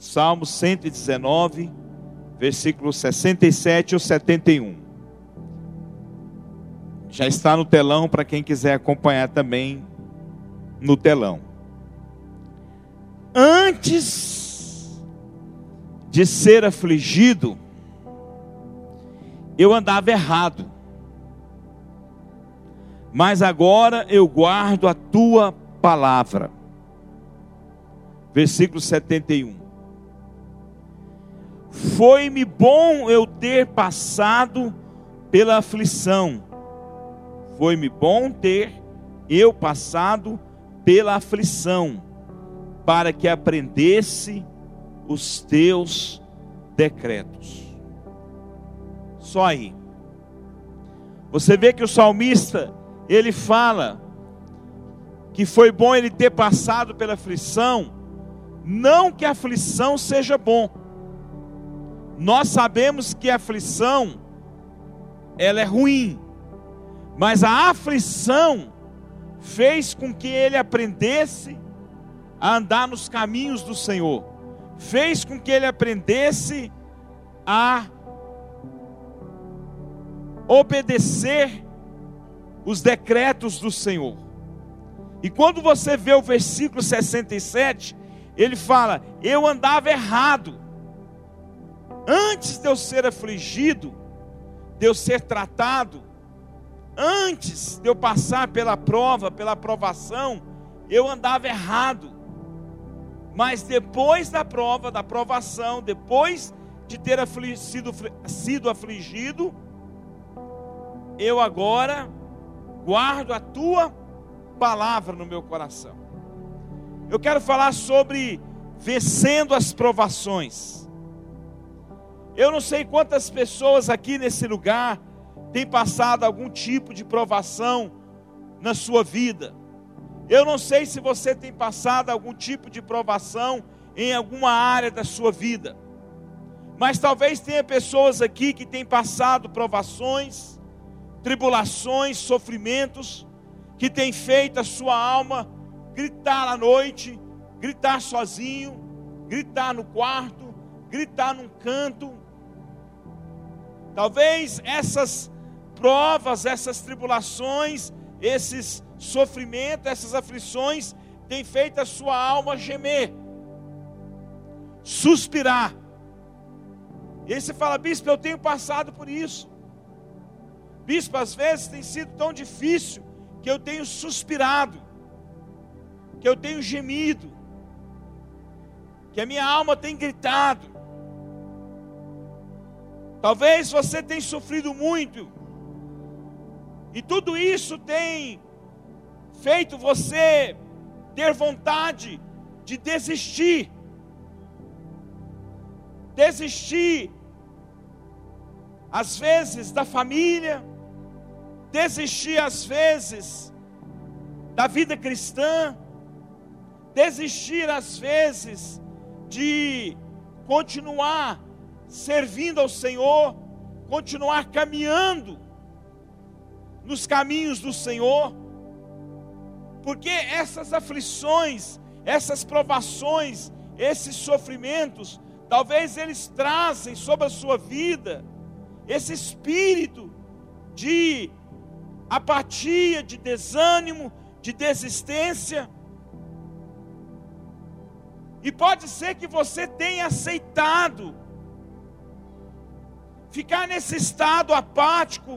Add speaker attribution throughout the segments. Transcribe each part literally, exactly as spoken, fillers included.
Speaker 1: Salmo cento e dezenove, versículos sessenta e sete ou setenta e um. Já está no telão para quem quiser acompanhar também no telão. Antes de ser afligido, eu andava errado, mas agora eu guardo a tua palavra. Versículo setenta e um. Foi-me bom eu ter passado pela aflição. Foi-me bom ter eu passado pela aflição, para que aprendesse os teus decretos. Só aí. Você vê que o salmista, ele fala que foi bom ele ter passado pela aflição, não que a aflição seja bom. Nós sabemos que a aflição, ela é ruim, mas a aflição fez com que ele aprendesse a andar nos caminhos do Senhor, fez com que ele aprendesse a obedecer os decretos do Senhor. E quando você vê o versículo sessenta e sete, ele fala: eu andava errado, antes de eu ser afligido, de eu ser tratado, antes de eu passar pela prova, pela provação, eu andava errado. Mas depois da prova, da provação, depois de ter afli- sido, sido afligido, eu agora guardo a tua palavra no meu coração. Eu quero falar sobre vencendo as provações. Eu não sei quantas pessoas aqui nesse lugar têm passado algum tipo de provação na sua vida. Eu não sei se você tem passado algum tipo de provação em alguma área da sua vida. Mas talvez tenha pessoas aqui que têm passado provações, tribulações, sofrimentos, que têm feito a sua alma gritar à noite, gritar sozinho, gritar no quarto, gritar num canto. Talvez essas provas, essas tribulações, esses sofrimentos, essas aflições têm feito a sua alma gemer, suspirar. E aí você fala: bispo, eu tenho passado por isso. Bispo, às vezes tem sido tão difícil que eu tenho suspirado, que eu tenho gemido, que a minha alma tem gritado. Talvez você tenha sofrido muito, e tudo isso tem feito você ter vontade de desistir. Desistir, às vezes, da família, desistir, às vezes, da vida cristã, desistir, às vezes, de continuar servindo ao Senhor, continuar caminhando nos caminhos do Senhor, porque essas aflições, essas provações, esses sofrimentos, talvez eles trazem sobre a sua vida esse espírito de apatia, de desânimo, de desistência. E pode ser que você tenha aceitado ficar nesse estado apático.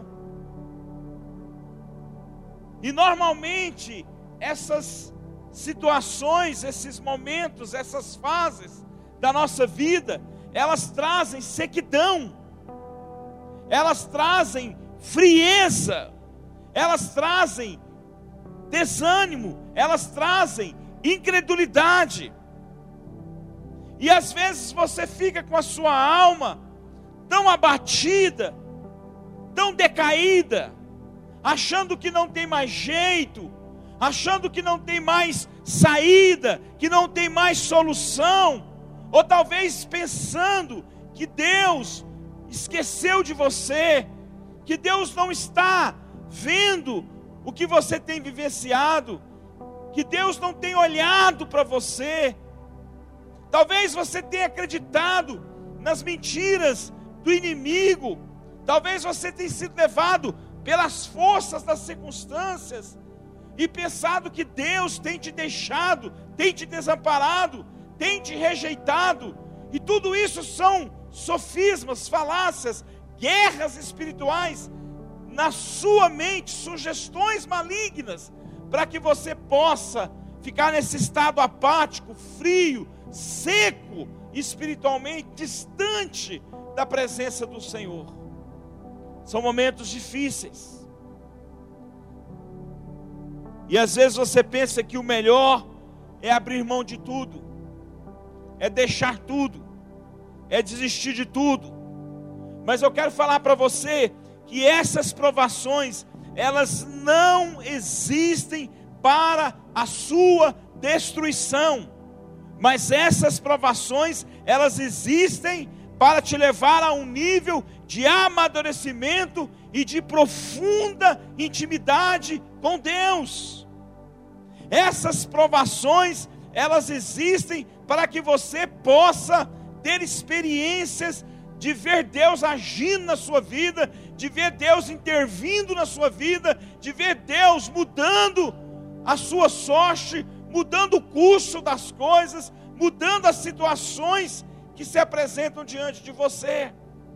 Speaker 1: E normalmente essas situações, esses momentos, essas fases da nossa vida, elas trazem sequidão, elas trazem frieza, elas trazem desânimo, elas trazem incredulidade. E às vezes você fica com a sua alma tão abatida, tão decaída, achando que não tem mais jeito, achando que não tem mais saída, que não tem mais solução, ou talvez pensando que Deus esqueceu de você, que Deus não está vendo o que você tem vivenciado, que Deus não tem olhado para você, Talvez você tenha acreditado nas mentiras do inimigo. Talvez você tenha sido levado pelas forças das circunstâncias e pensado que Deus tem te deixado, tem te desamparado, tem te rejeitado. E tudo isso são sofismas, falácias, guerras espirituais na sua mente, sugestões malignas, para que você possa ficar nesse estado apático, frio, seco, espiritualmente distante da presença do Senhor. São momentos difíceis. E às vezes você pensa que o melhor é abrir mão de tudo, é deixar tudo, é desistir de tudo. Mas eu quero falar para você que essas provações, elas não existem para a sua destruição, mas essas provações, elas existem para te levar a um nível de amadurecimento e de profunda intimidade com Deus. Essas provações, elas existem para que você possa ter experiências de ver Deus agindo na sua vida, de ver Deus intervindo na sua vida, de ver Deus mudando a sua sorte, mudando o curso das coisas, mudando as situações que se apresentam diante de você.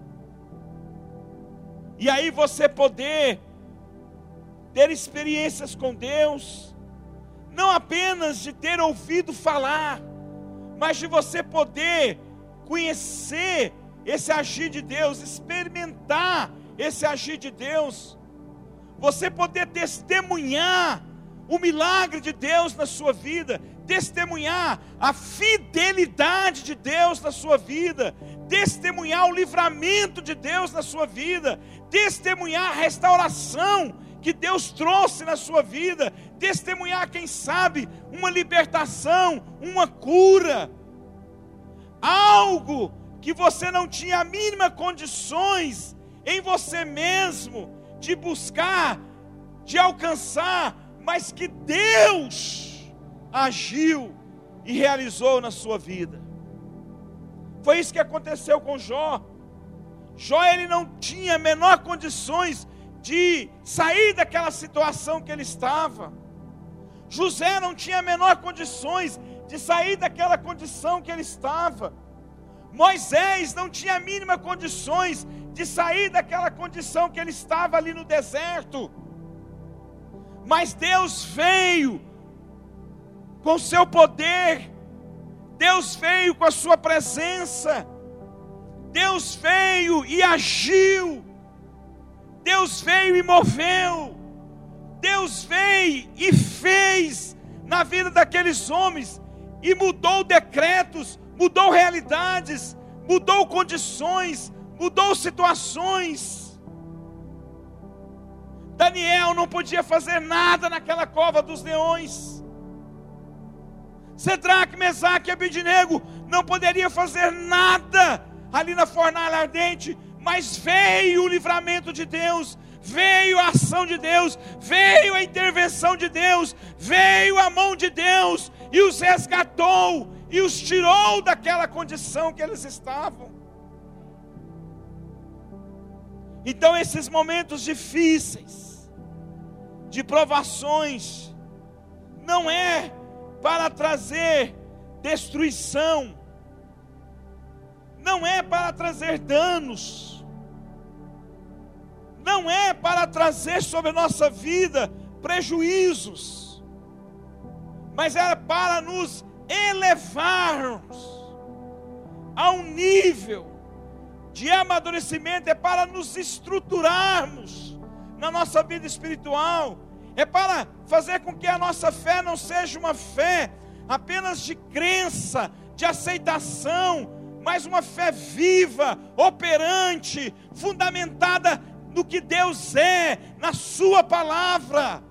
Speaker 1: E aí você poder ter experiências com Deus, não apenas de ter ouvido falar, mas de você poder conhecer esse agir de Deus, experimentar esse agir de Deus, você poder testemunhar o milagre de Deus na sua vida, testemunhar a fidelidade de Deus na sua vida, testemunhar o livramento de Deus na sua vida, testemunhar a restauração que Deus trouxe na sua vida, testemunhar, quem sabe, uma libertação, uma cura, algo que você não tinha a mínima condições em você mesmo de buscar, de alcançar, mas que Deus agiu e realizou na sua vida. Foi isso que aconteceu com Jó. Jó, ele não tinha a menor condições de sair daquela situação que ele estava. José não tinha a menor condições de sair daquela condição que ele estava. Moisés não tinha a mínima condições de sair daquela condição que ele estava ali no deserto. Mas Deus veio com seu poder, Deus veio com a sua presença, Deus veio e agiu, Deus veio e moveu, Deus veio e fez na vida daqueles homens, e mudou decretos, mudou realidades, mudou condições, mudou situações. Daniel não podia fazer nada naquela cova dos leões. Cedraque, Mesaque e Abednego não poderia fazer nada ali na fornalha ardente, mas veio o livramento de Deus, veio a ação de Deus, veio a intervenção de Deus, veio a mão de Deus e os resgatou e os tirou daquela condição que eles estavam. Então esses momentos difíceis, de provações, não é para trazer destruição, não é para trazer danos, não é para trazer sobre a nossa vida prejuízos, mas é para nos elevarmos a um nível de amadurecimento, é para nos estruturarmos na nossa vida espiritual, é para fazer com que a nossa fé não seja uma fé apenas de crença, de aceitação, mas uma fé viva, operante, fundamentada no que Deus é, na sua palavra.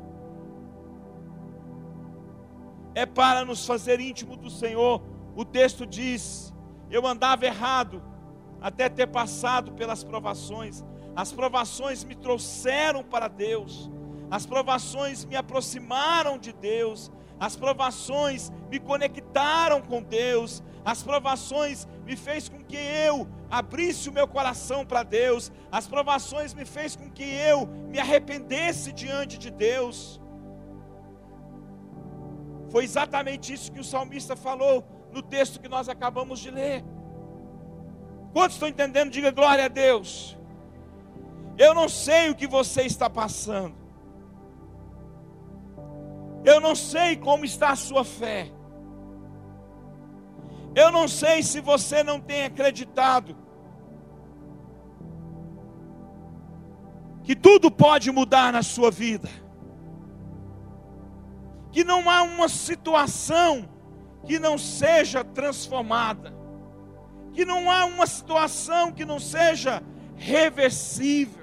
Speaker 1: É para nos fazer íntimo do Senhor. O texto diz: eu andava errado até ter passado pelas provações. As provações me trouxeram para Deus, as provações me aproximaram de Deus, as provações me conectaram com Deus, As provações me fez com que eu abrisse o meu coração para Deus. As provações me fez com que eu me arrependesse diante de Deus. Foi exatamente isso que o salmista falou no texto que nós acabamos de ler. Quantos estão entendendo? Diga glória a Deus. Eu não sei o que você está passando. Eu não sei como está a sua fé. Eu não sei se você não tem acreditado que tudo pode mudar na sua vida, que não há uma situação que não seja transformada, que não há uma situação que não seja reversível.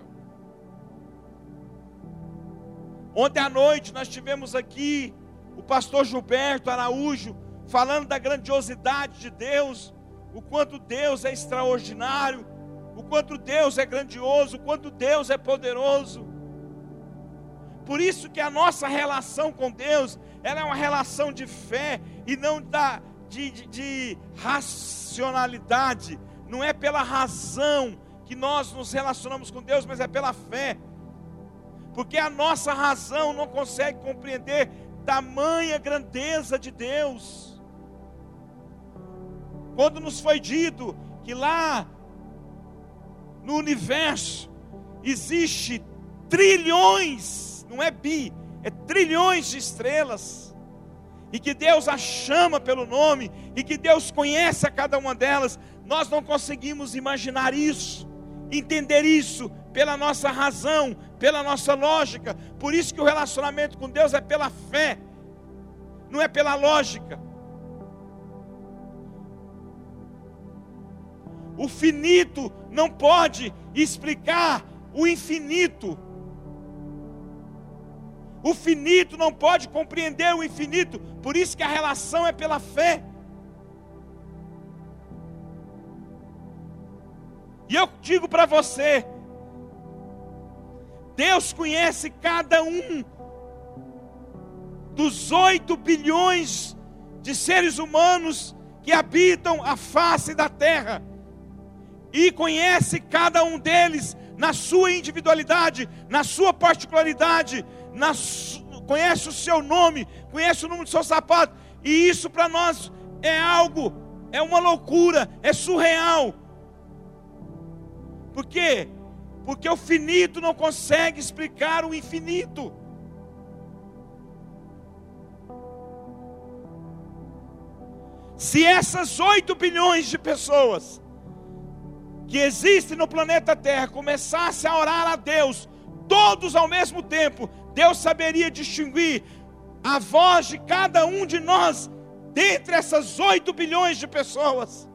Speaker 1: Ontem à noite nós tivemos aqui o pastor Gilberto Araújo falando da grandiosidade de Deus, o quanto Deus é extraordinário, o quanto Deus é grandioso, o quanto Deus é poderoso. Por isso que a nossa relação com Deus, ela é uma relação de fé e não da, de, de, de racionalidade. Não é pela razão que nós nos relacionamos com Deus, mas é pela fé. Porque a nossa razão não consegue compreender tamanha grandeza de Deus. Quando nos foi dito que lá no universo existe trilhões, não é bi, é trilhões de estrelas, e que Deus as chama pelo nome, e que Deus conhece a cada uma delas, nós não conseguimos imaginar isso, entender isso pela nossa razão, pela nossa lógica. Por isso que o relacionamento com Deus é pela fé, não é pela lógica. O finito não pode explicar o infinito. O finito não pode compreender o infinito. Por isso que a relação é pela fé. E eu digo para você, Deus conhece cada um dos oito bilhões de seres humanos que habitam a face da terra. E conhece cada um deles na sua individualidade, na sua particularidade, na su... conhece o seu nome, conhece o número do seu sapato. E isso para nós é algo, é uma loucura, é surreal. Por quê? Porque o finito não consegue explicar o infinito. Se essas oito bilhões de pessoas que existem no planeta Terra começassem a orar a Deus, todos ao mesmo tempo, Deus saberia distinguir a voz de cada um de nós, dentre essas oito bilhões de pessoas.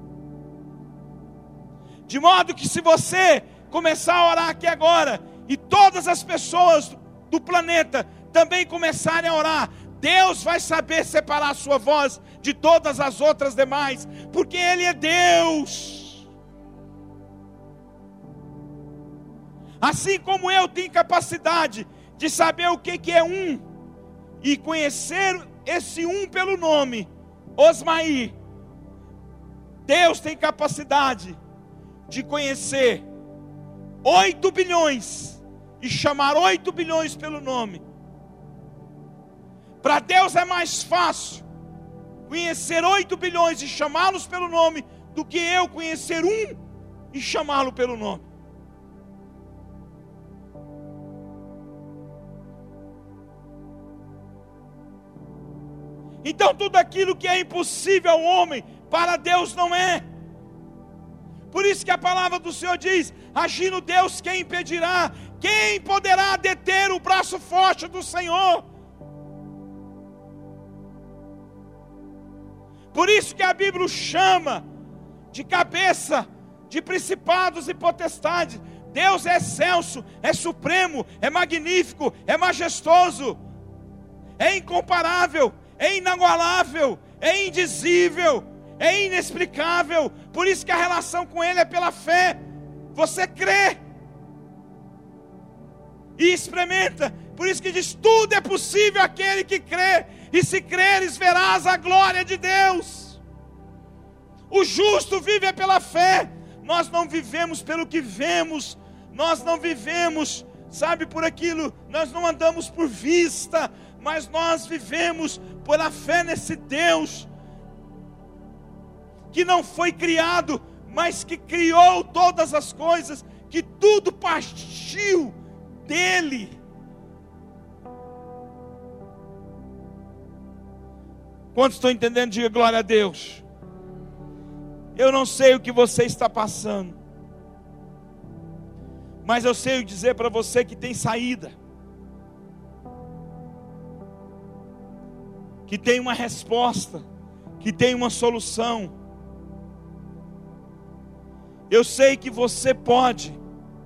Speaker 1: De modo que se você começar a orar aqui agora, e todas as pessoas do planeta também começarem a orar, Deus vai saber separar a sua voz de todas as outras demais, porque Ele é Deus. Assim como eu tenho capacidade de saber o que, que é um, e conhecer esse um pelo nome, Osmair, Deus tem capacidade de conhecer oito bilhões e chamar oito bilhões pelo nome. Para Deus é mais fácil conhecer oito bilhões e chamá-los pelo nome do que eu conhecer um e chamá-lo pelo nome. Então tudo aquilo que é impossível ao homem, para Deus não é. Por isso que a palavra do Senhor diz: agindo Deus, quem impedirá? Quem poderá deter o braço forte do Senhor? Por isso que a Bíblia chama de cabeça de principados e potestades. Deus é excelso, é supremo, é magnífico, é majestoso, é incomparável, é inagualável, é indizível, é inexplicável. Por isso que a relação com Ele é pela fé. Você crê e experimenta. Por isso que diz: tudo é possível àquele que crê, e se creres verás a glória de Deus. O justo vive pela fé. Nós não vivemos pelo que vemos. Nós não vivemos, sabe, por aquilo. Nós não andamos por vista, mas nós vivemos pela fé nesse Deus que não foi criado, mas que criou todas as coisas, que tudo partiu dele. Quantos estão entendendo? Diga glória a Deus. Eu não sei o que você está passando, mas eu sei dizer para você que tem saída, que tem uma resposta, que tem uma solução. Eu sei que você pode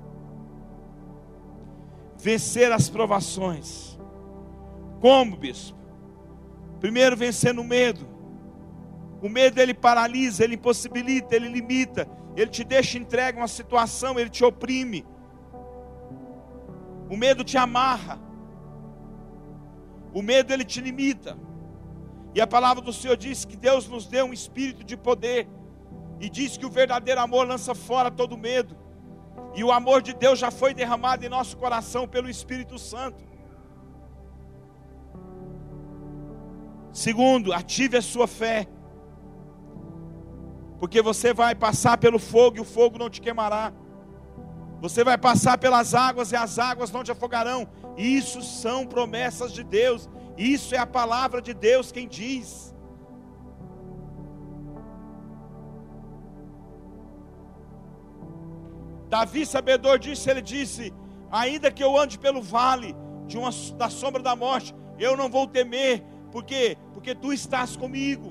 Speaker 1: vencer as provações. Como, bispo? Primeiro, vencendo o medo. O medo, ele paralisa, ele impossibilita, ele limita, ele te deixa entregue a uma situação, ele te oprime. O medo te amarra. O medo, ele te limita. E a palavra do Senhor diz que Deus nos deu um espírito de poder. E diz que o verdadeiro amor lança fora todo medo. E o amor de Deus já foi derramado em nosso coração pelo Espírito Santo. Segundo, ative a sua fé. Porque você vai passar pelo fogo e o fogo não te queimará. Você vai passar pelas águas e as águas não te afogarão. Isso são promessas de Deus. Isso é a palavra de Deus quem diz. Davi, sabedor disso, ele disse: ainda que eu ande pelo vale de uma, da sombra da morte, eu não vou temer. Por quê? Porque tu estás comigo.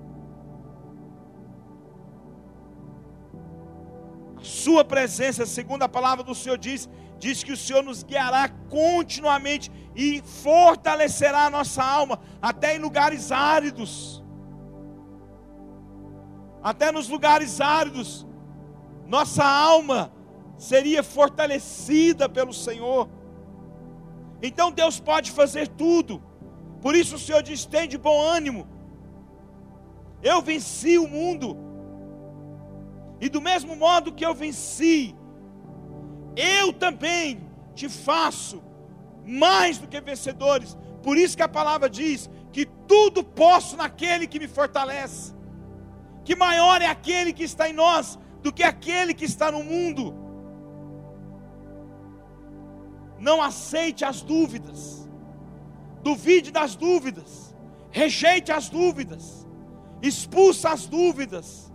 Speaker 1: A sua presença, segundo a palavra do Senhor diz, diz que o Senhor nos guiará continuamente e fortalecerá a nossa alma, até em lugares áridos. Até nos lugares áridos, nossa alma seria fortalecida pelo Senhor. Então Deus pode fazer tudo. Por isso o Senhor diz: tem de bom ânimo. Eu venci o mundo. E do mesmo modo que eu venci, eu também te faço mais do que vencedores. Por isso que a palavra diz que tudo posso naquele que me fortalece. Que maior é aquele que está em nós do que aquele que está no mundo. Não aceite as dúvidas. Duvide das dúvidas. Rejeite as dúvidas. Expulsa as dúvidas.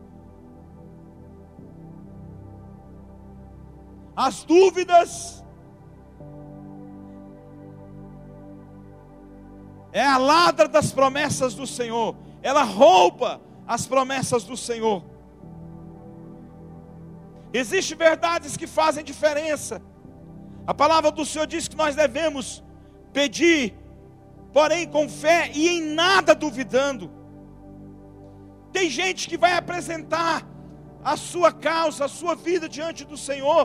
Speaker 1: As dúvidas é a ladra das promessas do Senhor. Ela rouba as promessas do Senhor. Existem verdades que fazem diferença. A palavra do Senhor diz que nós devemos pedir, porém com fé e em nada duvidando. Tem gente que vai apresentar a sua causa, a sua vida diante do Senhor,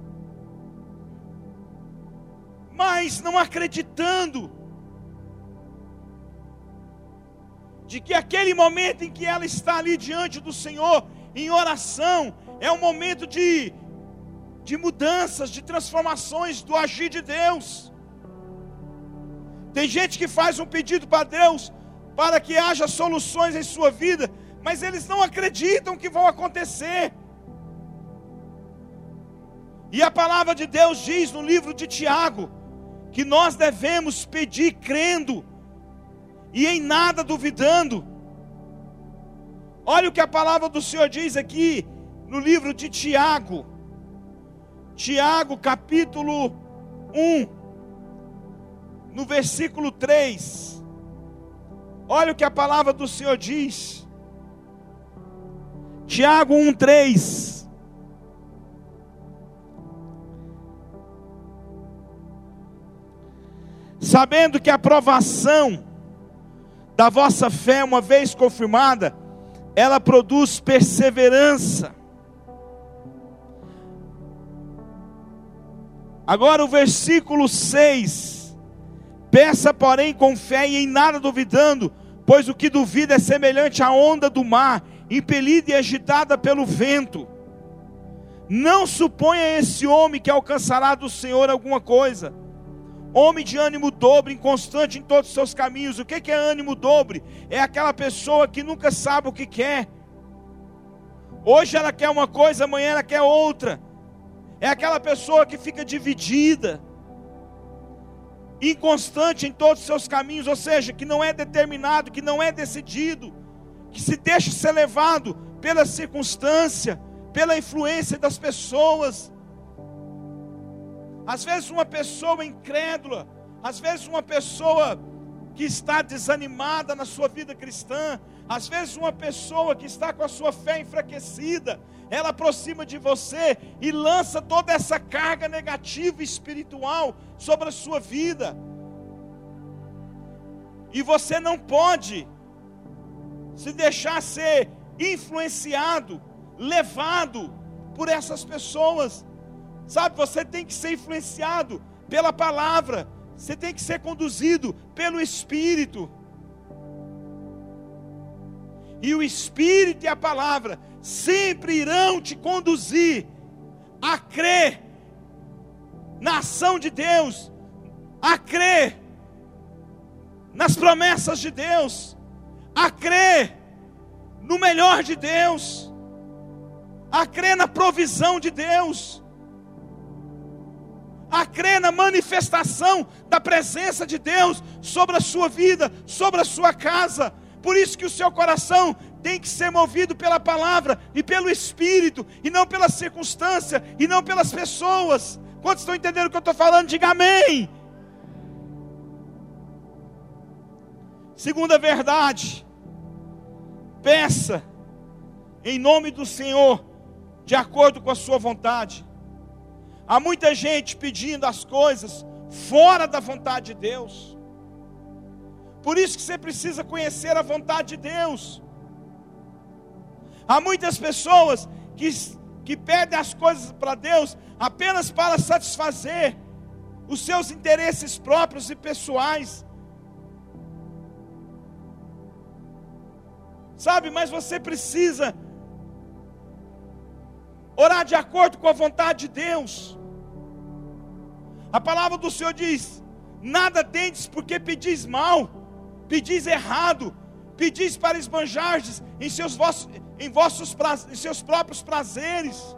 Speaker 1: mas não acreditando de que aquele momento em que ela está ali diante do Senhor, em oração, é um momento de, de mudanças, de transformações do agir de Deus. Tem gente que faz um pedido para Deus, para que haja soluções em sua vida, mas eles não acreditam que vão acontecer. E a palavra de Deus diz no livro de Tiago, que nós devemos pedir crendo, e em nada duvidando. Olha o que a palavra do Senhor diz aqui, no livro de Tiago, Tiago capítulo um, no versículo três, olha o que a palavra do Senhor diz, Tiago um, três, sabendo que a provação da vossa fé, uma vez confirmada, ela produz perseverança. Agora o versículo seis, peça porém com fé e em nada duvidando, pois o que duvida é semelhante à onda do mar, impelida e agitada pelo vento. Não suponha esse homem que alcançará do Senhor alguma coisa. Homem de ânimo dobre, inconstante em todos os seus caminhos. O que é ânimo dobre? É aquela pessoa que nunca sabe o que quer. Hoje ela quer uma coisa, amanhã ela quer outra. É aquela pessoa que fica dividida, inconstante em todos os seus caminhos, ou seja, que não é determinado, que não é decidido, que se deixa ser levado pela circunstância, pela influência das pessoas. Às vezes uma pessoa incrédula, às vezes uma pessoa que está desanimada na sua vida cristã, às vezes uma pessoa que está com a sua fé enfraquecida, ela aproxima de você e lança toda essa carga negativa espiritual sobre a sua vida. E você não pode se deixar ser influenciado, levado por essas pessoas. Sabe, você tem que ser influenciado pela palavra, você tem que ser conduzido pelo Espírito. E o Espírito e a palavra sempre irão te conduzir a crer na ação de Deus, a crer nas promessas de Deus, a crer no melhor de Deus, a crer na provisão de Deus, a crer na manifestação da presença de Deus sobre a sua vida, sobre a sua casa. Por isso que o seu coração tem que ser movido pela palavra e pelo Espírito, e não pela circunstância, e não pelas pessoas. Quantos estão entendendo o que eu estou falando? Diga amém. Segunda verdade: peça em nome do Senhor, de acordo com a sua vontade. Há muita gente pedindo as coisas fora da vontade de Deus. Por isso que você precisa conhecer a vontade de Deus. Há muitas pessoas que, que pedem as coisas para Deus apenas para satisfazer os seus interesses próprios e pessoais. Sabe, mas você precisa orar de acordo com a vontade de Deus. A palavra do Senhor diz: nada tendes porque pedis mal, pedis errado, pedis para esbanjardes em seus, vossos, em, vossos, em seus próprios prazeres.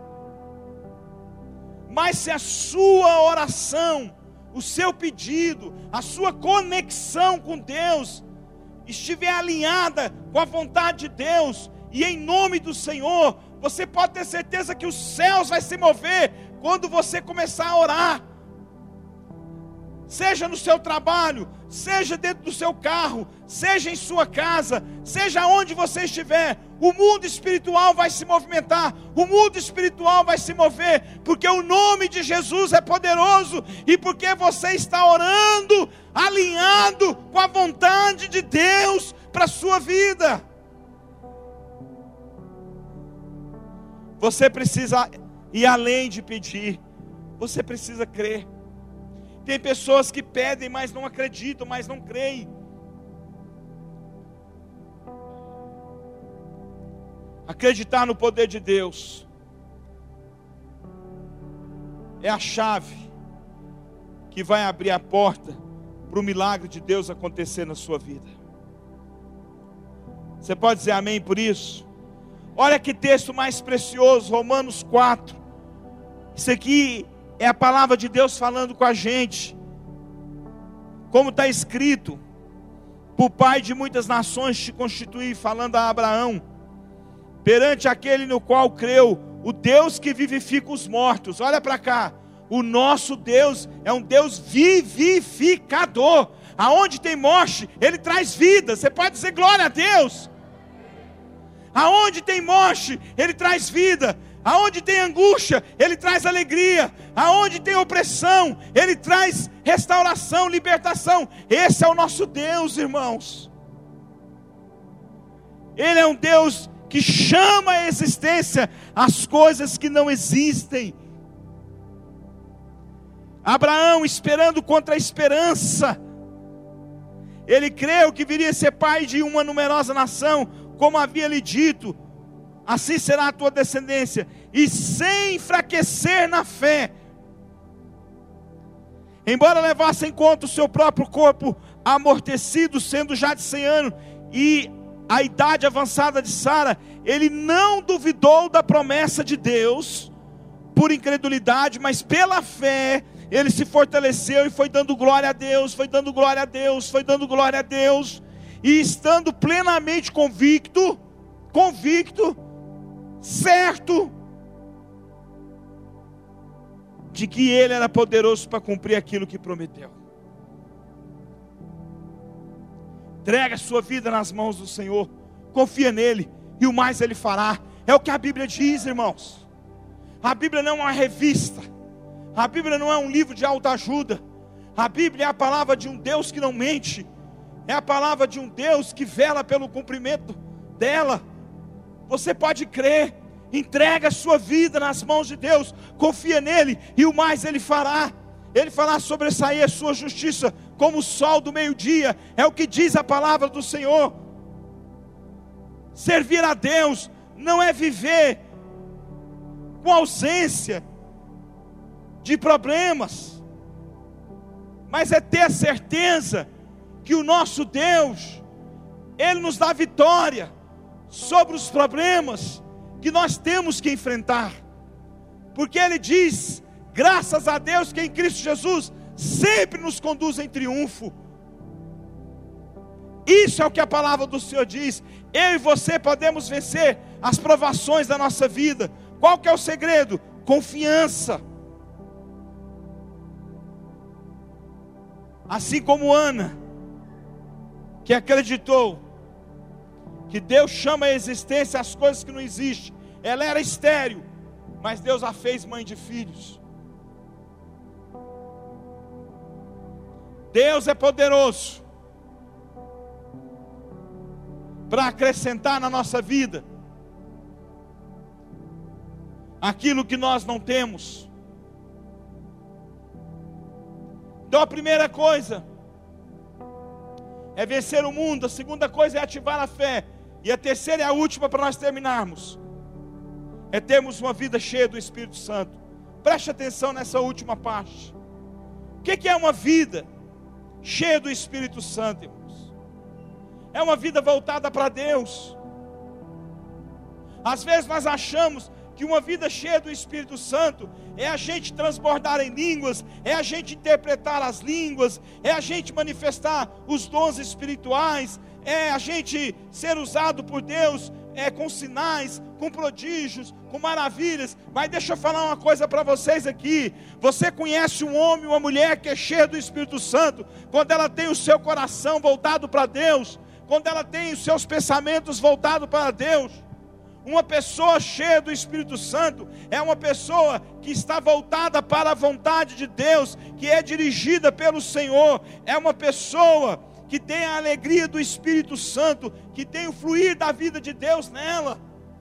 Speaker 1: Mas se a sua oração, o seu pedido, a sua conexão com Deus estiver alinhada com a vontade de Deus, e em nome do Senhor, você pode ter certeza que os céus vai se mover quando você começar a orar. Seja no seu trabalho, seja dentro do seu carro, seja em sua casa, seja onde você estiver, o mundo espiritual vai se movimentar, o mundo espiritual vai se mover, porque o nome de Jesus é poderoso, e porque você está orando, alinhado com a vontade de Deus para a sua vida. Você precisa ir além de pedir, você precisa crer. Tem pessoas que pedem, mas não acreditam, mas não creem. Acreditar no poder de Deus é a chave que vai abrir a porta para o milagre de Deus acontecer na sua vida. Você pode dizer amém por isso? Olha que texto mais precioso, Romanos quatro. Isso aqui é a palavra de Deus falando com a gente. Como está escrito: por pai de muitas nações te constituí, falando a Abraão, perante aquele no qual creu, o Deus que vivifica os mortos. Olha para cá, o nosso Deus é um Deus vivificador. Aonde tem morte, Ele traz vida. Você pode dizer glória a Deus. Aonde tem morte, Ele traz vida. Aonde tem angústia, Ele traz alegria. Aonde tem opressão, Ele traz restauração, libertação. Esse é o nosso Deus, irmãos. Ele é um Deus que chama à existência as coisas que não existem. Abraão, esperando contra a esperança, ele creu que viria a ser pai de uma numerosa nação, como havia lhe dito: assim será a tua descendência, e sem enfraquecer na fé, embora levasse em conta o seu próprio corpo amortecido, sendo já de cem anos, e a idade avançada de Sara, ele não duvidou da promessa de Deus, por incredulidade, mas pela fé, ele se fortaleceu e foi dando glória a Deus, foi dando glória a Deus, foi dando glória a Deus, e estando plenamente convicto, convicto, certo, de que ele era poderoso para cumprir aquilo que prometeu. Entrega a sua vida nas mãos do Senhor, confia nele, e o mais ele fará. É o que a Bíblia diz, irmãos. A Bíblia não é uma revista, a Bíblia não é um livro de autoajuda, a Bíblia é a palavra de um Deus que não mente, é a palavra de um Deus que vela pelo cumprimento dela. Você pode crer, entrega a sua vida nas mãos de Deus, confia nele, e o mais ele fará. Ele fará sobressair a sua justiça como o sol do meio-dia, é o que diz a palavra do Senhor. Servir a Deus não é viver com ausência de problemas, mas é ter a certeza que o nosso Deus, Ele nos dá vitória sobre os problemas que nós temos que enfrentar, porque Ele diz, graças a Deus que em Cristo Jesus sempre nos conduz em triunfo. Isso é o que a palavra do Senhor diz. Eu e você podemos vencer as provações da nossa vida. Qual que é o segredo? Confiança. Assim como Ana, que acreditou que Deus chama à existência as coisas que não existem. Ela era estéril, mas Deus a fez mãe de filhos. Deus é poderoso para acrescentar na nossa vida aquilo que nós não temos. Então a primeira coisa é vencer o mundo, a segunda coisa é ativar a fé, e a terceira e a última para nós terminarmos é termos uma vida cheia do Espírito Santo. Preste atenção nessa última parte. O que é uma vida cheia do Espírito Santo, irmãos? É uma vida voltada para Deus. Às vezes nós achamos que uma vida cheia do Espírito Santo é a gente transbordar em línguas, é a gente interpretar as línguas, é a gente manifestar os dons espirituais, é a gente ser usado por Deus é, com sinais, com prodígios, com maravilhas. Mas deixa eu falar uma coisa para vocês aqui. Você conhece um homem, uma mulher que é cheia do Espírito Santo, quando ela tem o seu coração voltado para Deus, quando ela tem os seus pensamentos voltados para Deus. Uma pessoa cheia do Espírito Santo é uma pessoa que está voltada para a vontade de Deus, que é dirigida pelo Senhor, é uma pessoa que tem a alegria do Espírito Santo, que tem o fluir da vida de Deus nela.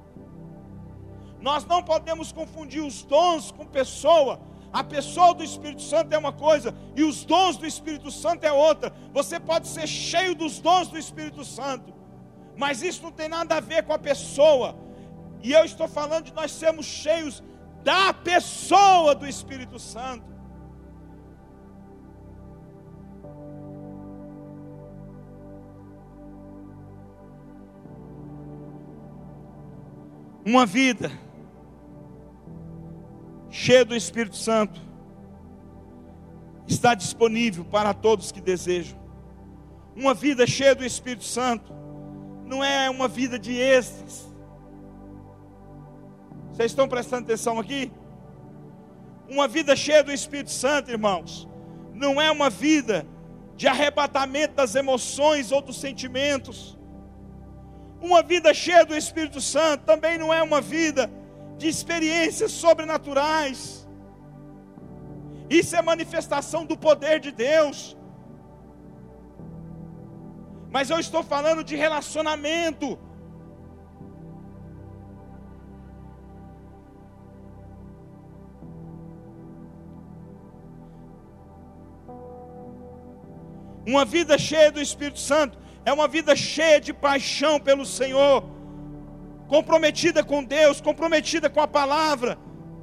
Speaker 1: Nós não podemos confundir os dons com pessoa. A pessoa do Espírito Santo é uma coisa, e os dons do Espírito Santo é outra. Você pode ser cheio dos dons do Espírito Santo, mas isso não tem nada a ver com a pessoa. E eu estou falando de nós sermos cheios da pessoa do Espírito Santo. Uma vida cheia do Espírito Santo está disponível para todos que desejam. Uma vida cheia do Espírito Santo não é uma vida de êxtase. Vocês estão prestando atenção aqui? Uma vida cheia do Espírito Santo, irmãos, não é uma vida de arrebatamento das emoções ou dos sentimentos. Uma vida cheia do Espírito Santo também não é uma vida de experiências sobrenaturais. Isso é manifestação do poder de Deus. Mas eu estou falando de relacionamento. Uma vida cheia do Espírito Santo é uma vida cheia de paixão pelo Senhor, comprometida com Deus, comprometida com a palavra,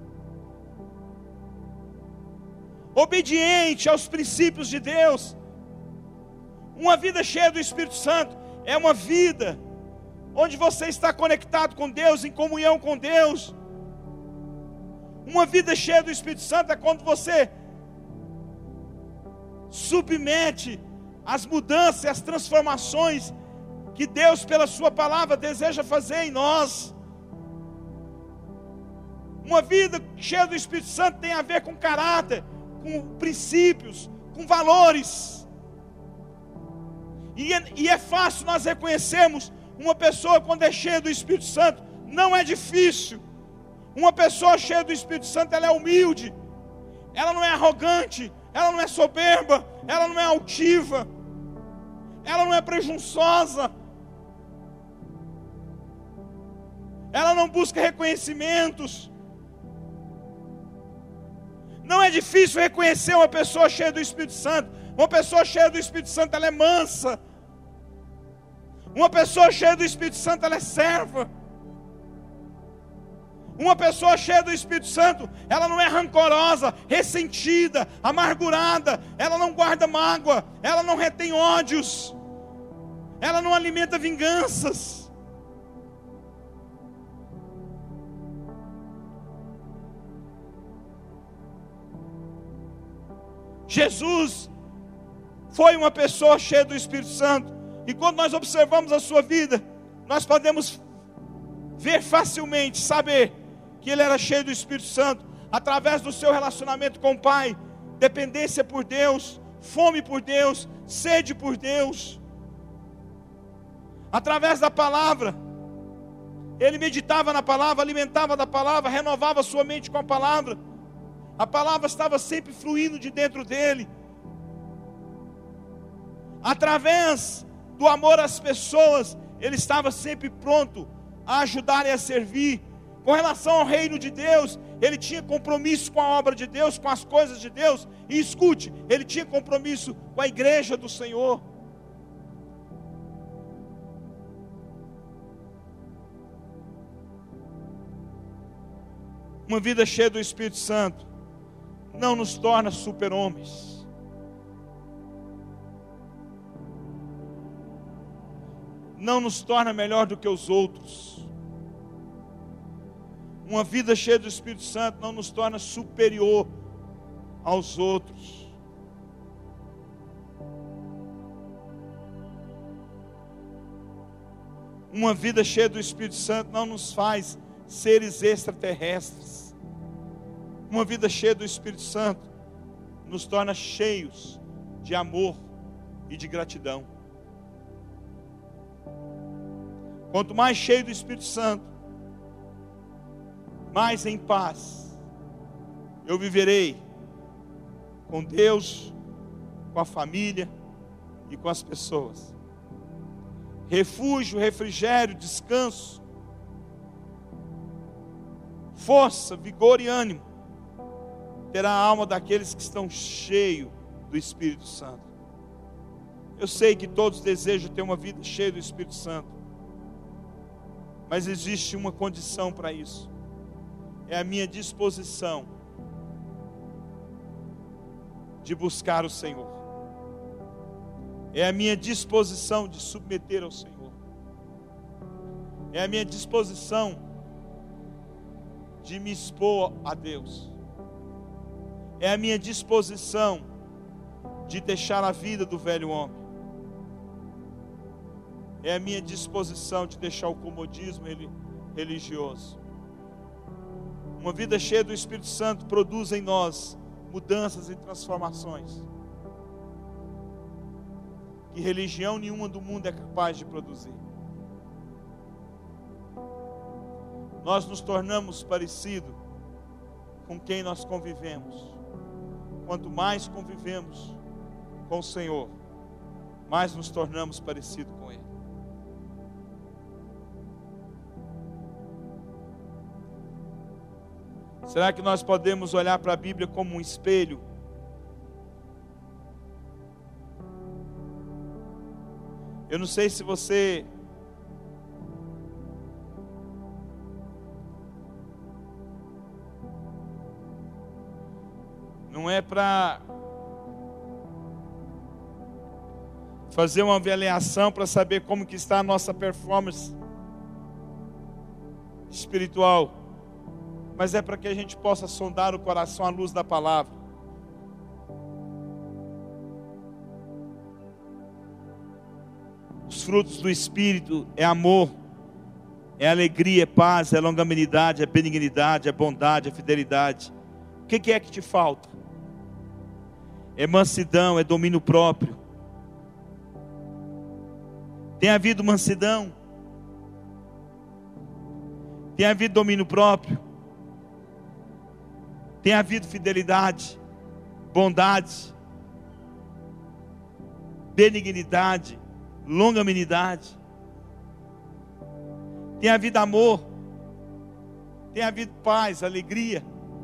Speaker 1: obediente aos princípios de Deus. Uma vida cheia do Espírito Santo é uma vida onde você está conectado com Deus, em comunhão com Deus. Uma vida cheia do Espírito Santo é quando você submete as mudanças e as transformações que Deus, pela sua palavra, deseja fazer em nós. Uma vida cheia do Espírito Santo tem a ver com caráter, com princípios, com valores. E é, e é fácil nós reconhecermos uma pessoa quando é cheia do Espírito Santo. Não é difícil. Uma pessoa cheia do Espírito Santo, ela é humilde, ela não é arrogante, ela não é soberba, ela não é altiva, ela não é presunçosa, ela não busca reconhecimentos. Não é difícil reconhecer uma pessoa cheia do Espírito Santo. Uma pessoa cheia do Espírito Santo, ela é mansa. Uma pessoa cheia do Espírito Santo, ela é serva. Uma pessoa cheia do Espírito Santo, ela não é rancorosa, ressentida, amargurada. Ela não guarda mágoa, ela não retém ódios, ela não alimenta vinganças. Jesus foi uma pessoa cheia do Espírito Santo. E quando nós observamos a sua vida, nós podemos ver facilmente, saber que ele era cheio do Espírito Santo, através do seu relacionamento com o Pai, dependência por Deus, fome por Deus, sede por Deus. Através da palavra, ele meditava na palavra, alimentava da palavra, renovava sua mente com a palavra. A palavra estava sempre fluindo de dentro dele. Através do amor às pessoas, ele estava sempre pronto a ajudar e a servir. Com relação ao reino de Deus, ele tinha compromisso com a obra de Deus, com as coisas de Deus. E escute, ele tinha compromisso com a igreja do Senhor. Uma vida cheia do Espírito Santo não nos torna super-homens. Não nos torna melhor do que os outros. Uma vida cheia do Espírito Santo não nos torna superior aos outros. Uma vida cheia do Espírito Santo não nos faz seres extraterrestres. Uma vida cheia do Espírito Santo nos torna cheios de amor e de gratidão. Quanto mais cheio do Espírito Santo, mais em paz eu viverei com Deus, com a família e com as pessoas. Refúgio, refrigério, descanso, força, vigor e ânimo terá a alma daqueles que estão cheios do Espírito Santo. Eu sei que todos desejam ter uma vida cheia do Espírito Santo, mas existe uma condição para isso. É a minha disposição de buscar o Senhor. É a minha disposição de submeter ao Senhor. É a minha disposição de me expor a Deus. É a minha disposição de deixar a vida do velho homem. É a minha disposição de deixar o comodismo religioso. Uma vida cheia do Espírito Santo produz em nós mudanças e transformações que religião nenhuma do mundo é capaz de produzir. Nós nos tornamos parecidos com quem nós convivemos. Quanto mais convivemos com o Senhor, mais nos tornamos parecidos com Ele. Será que nós podemos olhar para a Bíblia como um espelho? Eu não sei se você não é para fazer uma avaliação para saber como que está a nossa performance espiritual, mas é para que a gente possa sondar o coração à luz da palavra. Os frutos do Espírito é amor, é alegria, é paz, é longanimidade, é benignidade, é bondade, é fidelidade. O que é que te falta? É mansidão, é domínio próprio. Tem havido mansidão? Tem havido domínio próprio? Tem havido fidelidade, bondade, benignidade, longanimidade? Tem havido amor? Tem havido paz, alegria?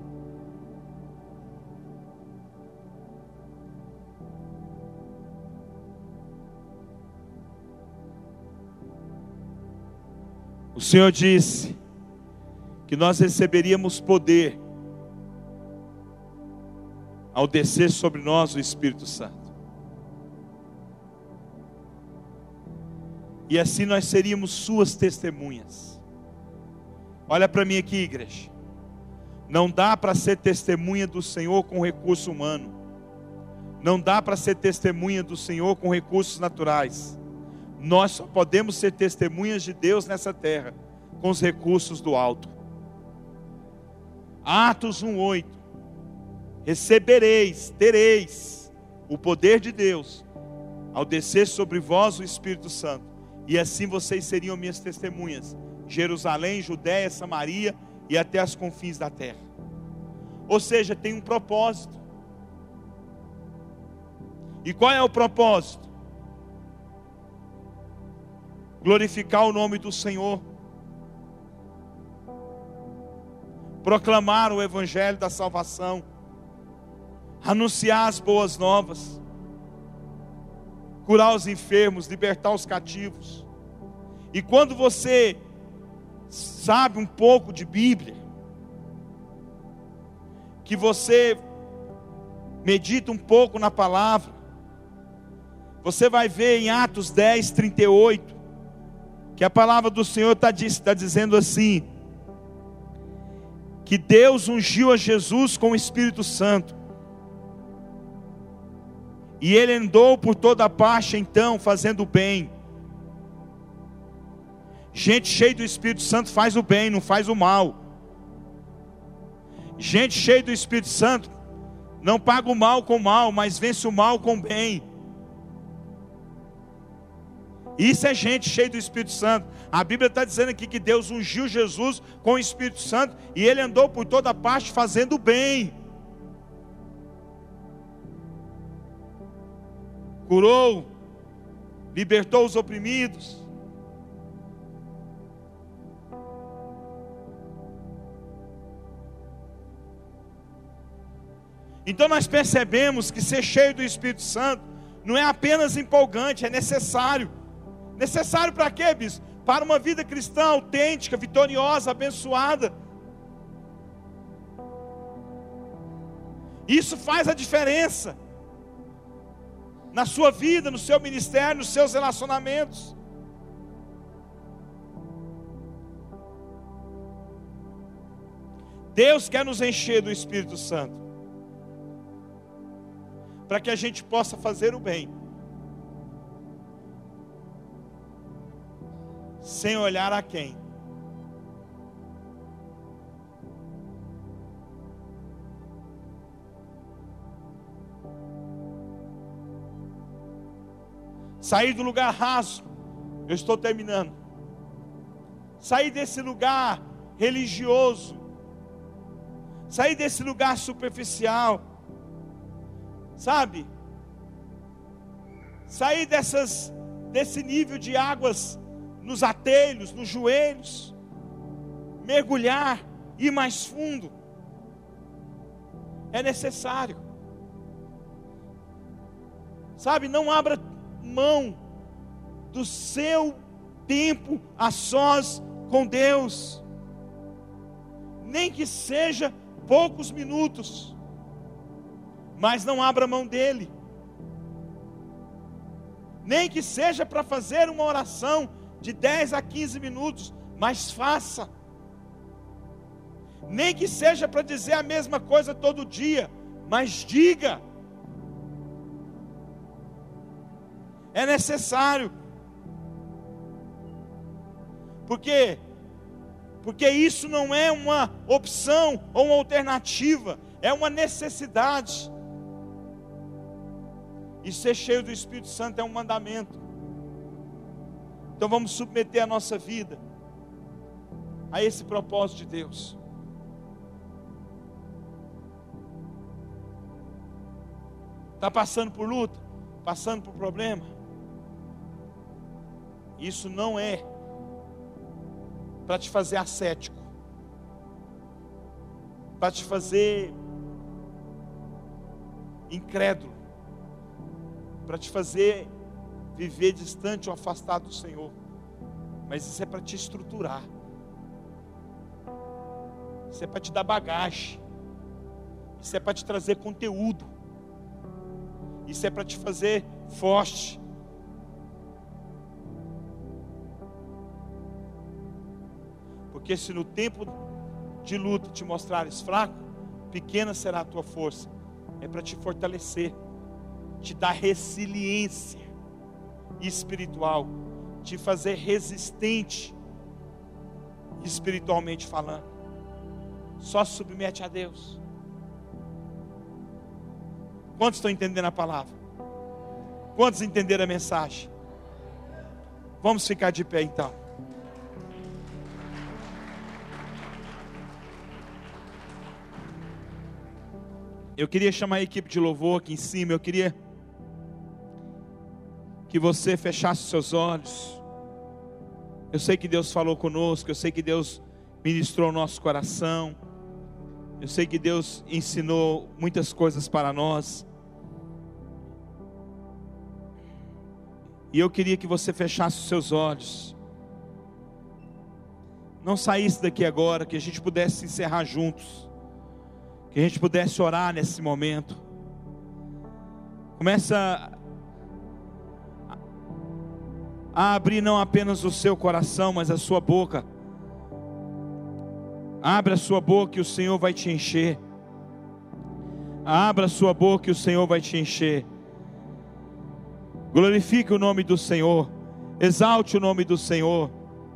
Speaker 1: O Senhor disse que nós receberíamos poder ao descer sobre nós o Espírito Santo. E assim nós seríamos suas testemunhas. Olha para mim aqui, igreja. Não dá para ser testemunha do Senhor com recurso humano. Não dá para ser testemunha do Senhor com recursos naturais. Nós só podemos ser testemunhas de Deus nessa terra com os recursos do alto. Atos um, oito. Recebereis, tereis o poder de Deus ao descer sobre vós o Espírito Santo. E assim vocês seriam minhas testemunhas. Jerusalém, Judéia, Samaria e até as confins da terra. Ou seja, tem um propósito. E qual é o propósito? Glorificar o nome do Senhor. Proclamar o evangelho da salvação. Anunciar as boas novas. Curar os enfermos, libertar os cativos. E quando você sabe um pouco de Bíblia, que você medita um pouco na palavra, você vai ver em Atos dez, trinta e oito, que a palavra do Senhor está tá dizendo assim, que Deus ungiu a Jesus com o Espírito Santo, e ele andou por toda parte então, fazendo o bem. Gente cheia do Espírito Santo faz o bem, não faz o mal. Gente cheia do Espírito Santo não paga o mal com o mal, mas vence o mal com o bem. Isso é gente cheia do Espírito Santo. A Bíblia está dizendo aqui que Deus ungiu Jesus com o Espírito Santo, e ele andou por toda parte fazendo o bem. Curou, libertou os oprimidos. Então nós percebemos que ser cheio do Espírito Santo não é apenas empolgante, é necessário. Necessário para quê, bispo? Para uma vida cristã autêntica, vitoriosa, abençoada. Isso faz a diferença na sua vida, no seu ministério, nos seus relacionamentos. Deus quer nos encher do Espírito Santo, para que a gente possa fazer o bem, sem olhar a quem. Sair do lugar raso. Eu estou terminando. Sair desse lugar religioso. Sair desse lugar superficial. Sabe? Sair dessas, desse nível de águas nos atelhos, nos joelhos. Mergulhar, ir mais fundo. É necessário. Sabe, não abra mão do seu tempo a sós com Deus, nem que seja poucos minutos. mas não abra mão dele. Nem que seja para fazer uma oração de dez a quinze minutos, mas faça. Nem que seja para dizer a mesma coisa todo dia, mas diga. É necessário. Por quê? Porque isso não é uma opção ou uma alternativa, é uma necessidade. E ser cheio do Espírito Santo é um mandamento. Então vamos submeter a nossa vida a esse propósito de Deus. Está passando por luta? Passando por problema? Isso não é para te fazer ascético, para te fazer incrédulo, para te fazer viver distante ou afastado do Senhor. Mas isso é para te estruturar. Isso é para te dar bagagem. Isso é para te trazer conteúdo. Isso é para te fazer forte. Porque se no tempo de luta te mostrares fraco, pequena será a tua força. É para te fortalecer, te dar resiliência espiritual, te fazer resistente espiritualmente falando. Só submete a Deus. Quantos estão entendendo a palavra? Quantos entenderam a mensagem? Vamos ficar de pé então. Eu queria chamar a equipe de louvor aqui em cima. Eu queria que você fechasse seus olhos. Eu sei que Deus falou conosco. Eu sei que Deus ministrou o nosso coração. Eu sei que Deus ensinou muitas coisas para nós. E eu queria que você fechasse os seus olhos. Não saísse daqui agora, que a gente pudesse encerrar juntos. Que a gente pudesse orar nesse momento. Começa a abrir não apenas o seu coração, mas a sua boca. Abra a sua boca e o Senhor vai te encher. Abra a sua boca e o Senhor vai te encher. Glorifique o nome do Senhor. Exalte o nome do Senhor.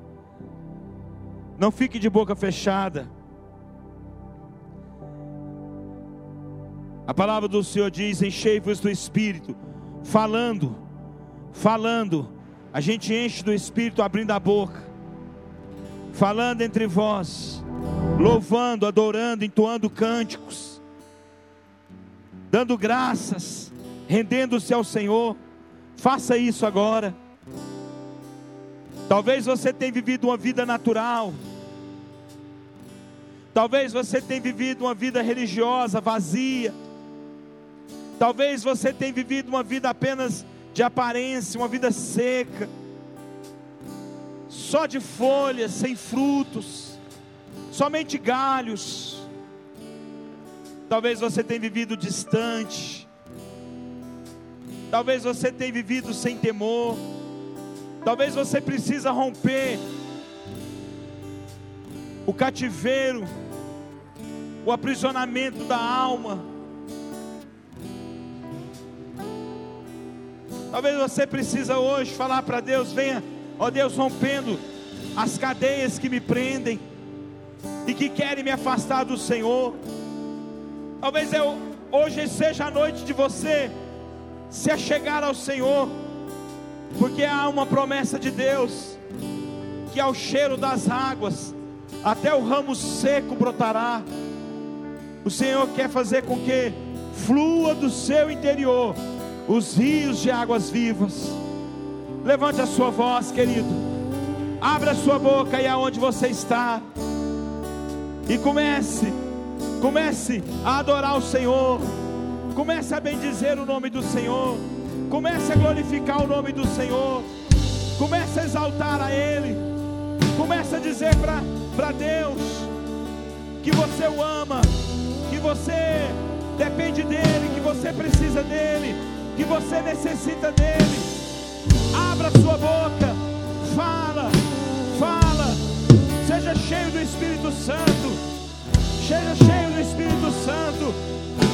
Speaker 1: Não fique de boca fechada. A palavra do Senhor diz: enchei-vos do Espírito. Falando, falando. A gente enche do Espírito abrindo a boca. Falando entre vós. Louvando, adorando, entoando cânticos. Dando graças. Rendendo-se ao Senhor. Faça isso agora. Talvez você tenha vivido uma vida natural. Talvez você tenha vivido uma vida religiosa, vazia. Talvez você tenha vivido uma vida apenas de aparência, uma vida seca, só de folhas, sem frutos, somente galhos. Talvez você tenha vivido distante. Talvez você tenha vivido sem temor. Talvez você precisa romper o cativeiro, o aprisionamento da alma. Talvez você precisa hoje falar para Deus: venha, ó Deus, rompendo as cadeias que me prendem e que querem me afastar do Senhor. Talvez eu, hoje seja a noite de você se achegar ao Senhor, porque há uma promessa de Deus, que ao cheiro das águas, até o ramo seco brotará. O Senhor quer fazer com que flua do seu interior os rios de águas vivas. Levante a sua voz, querido. Abra a sua boca aí aonde você está. E comece, comece a adorar o Senhor. Comece a bendizer o nome do Senhor. Comece a glorificar o nome do Senhor. Comece a exaltar a Ele. Comece a dizer para Deus que você o ama, que você depende dEle, que você precisa dEle, que você necessita dEle. Abra sua boca, fala, fala, seja cheio do Espírito Santo, seja cheio do Espírito Santo.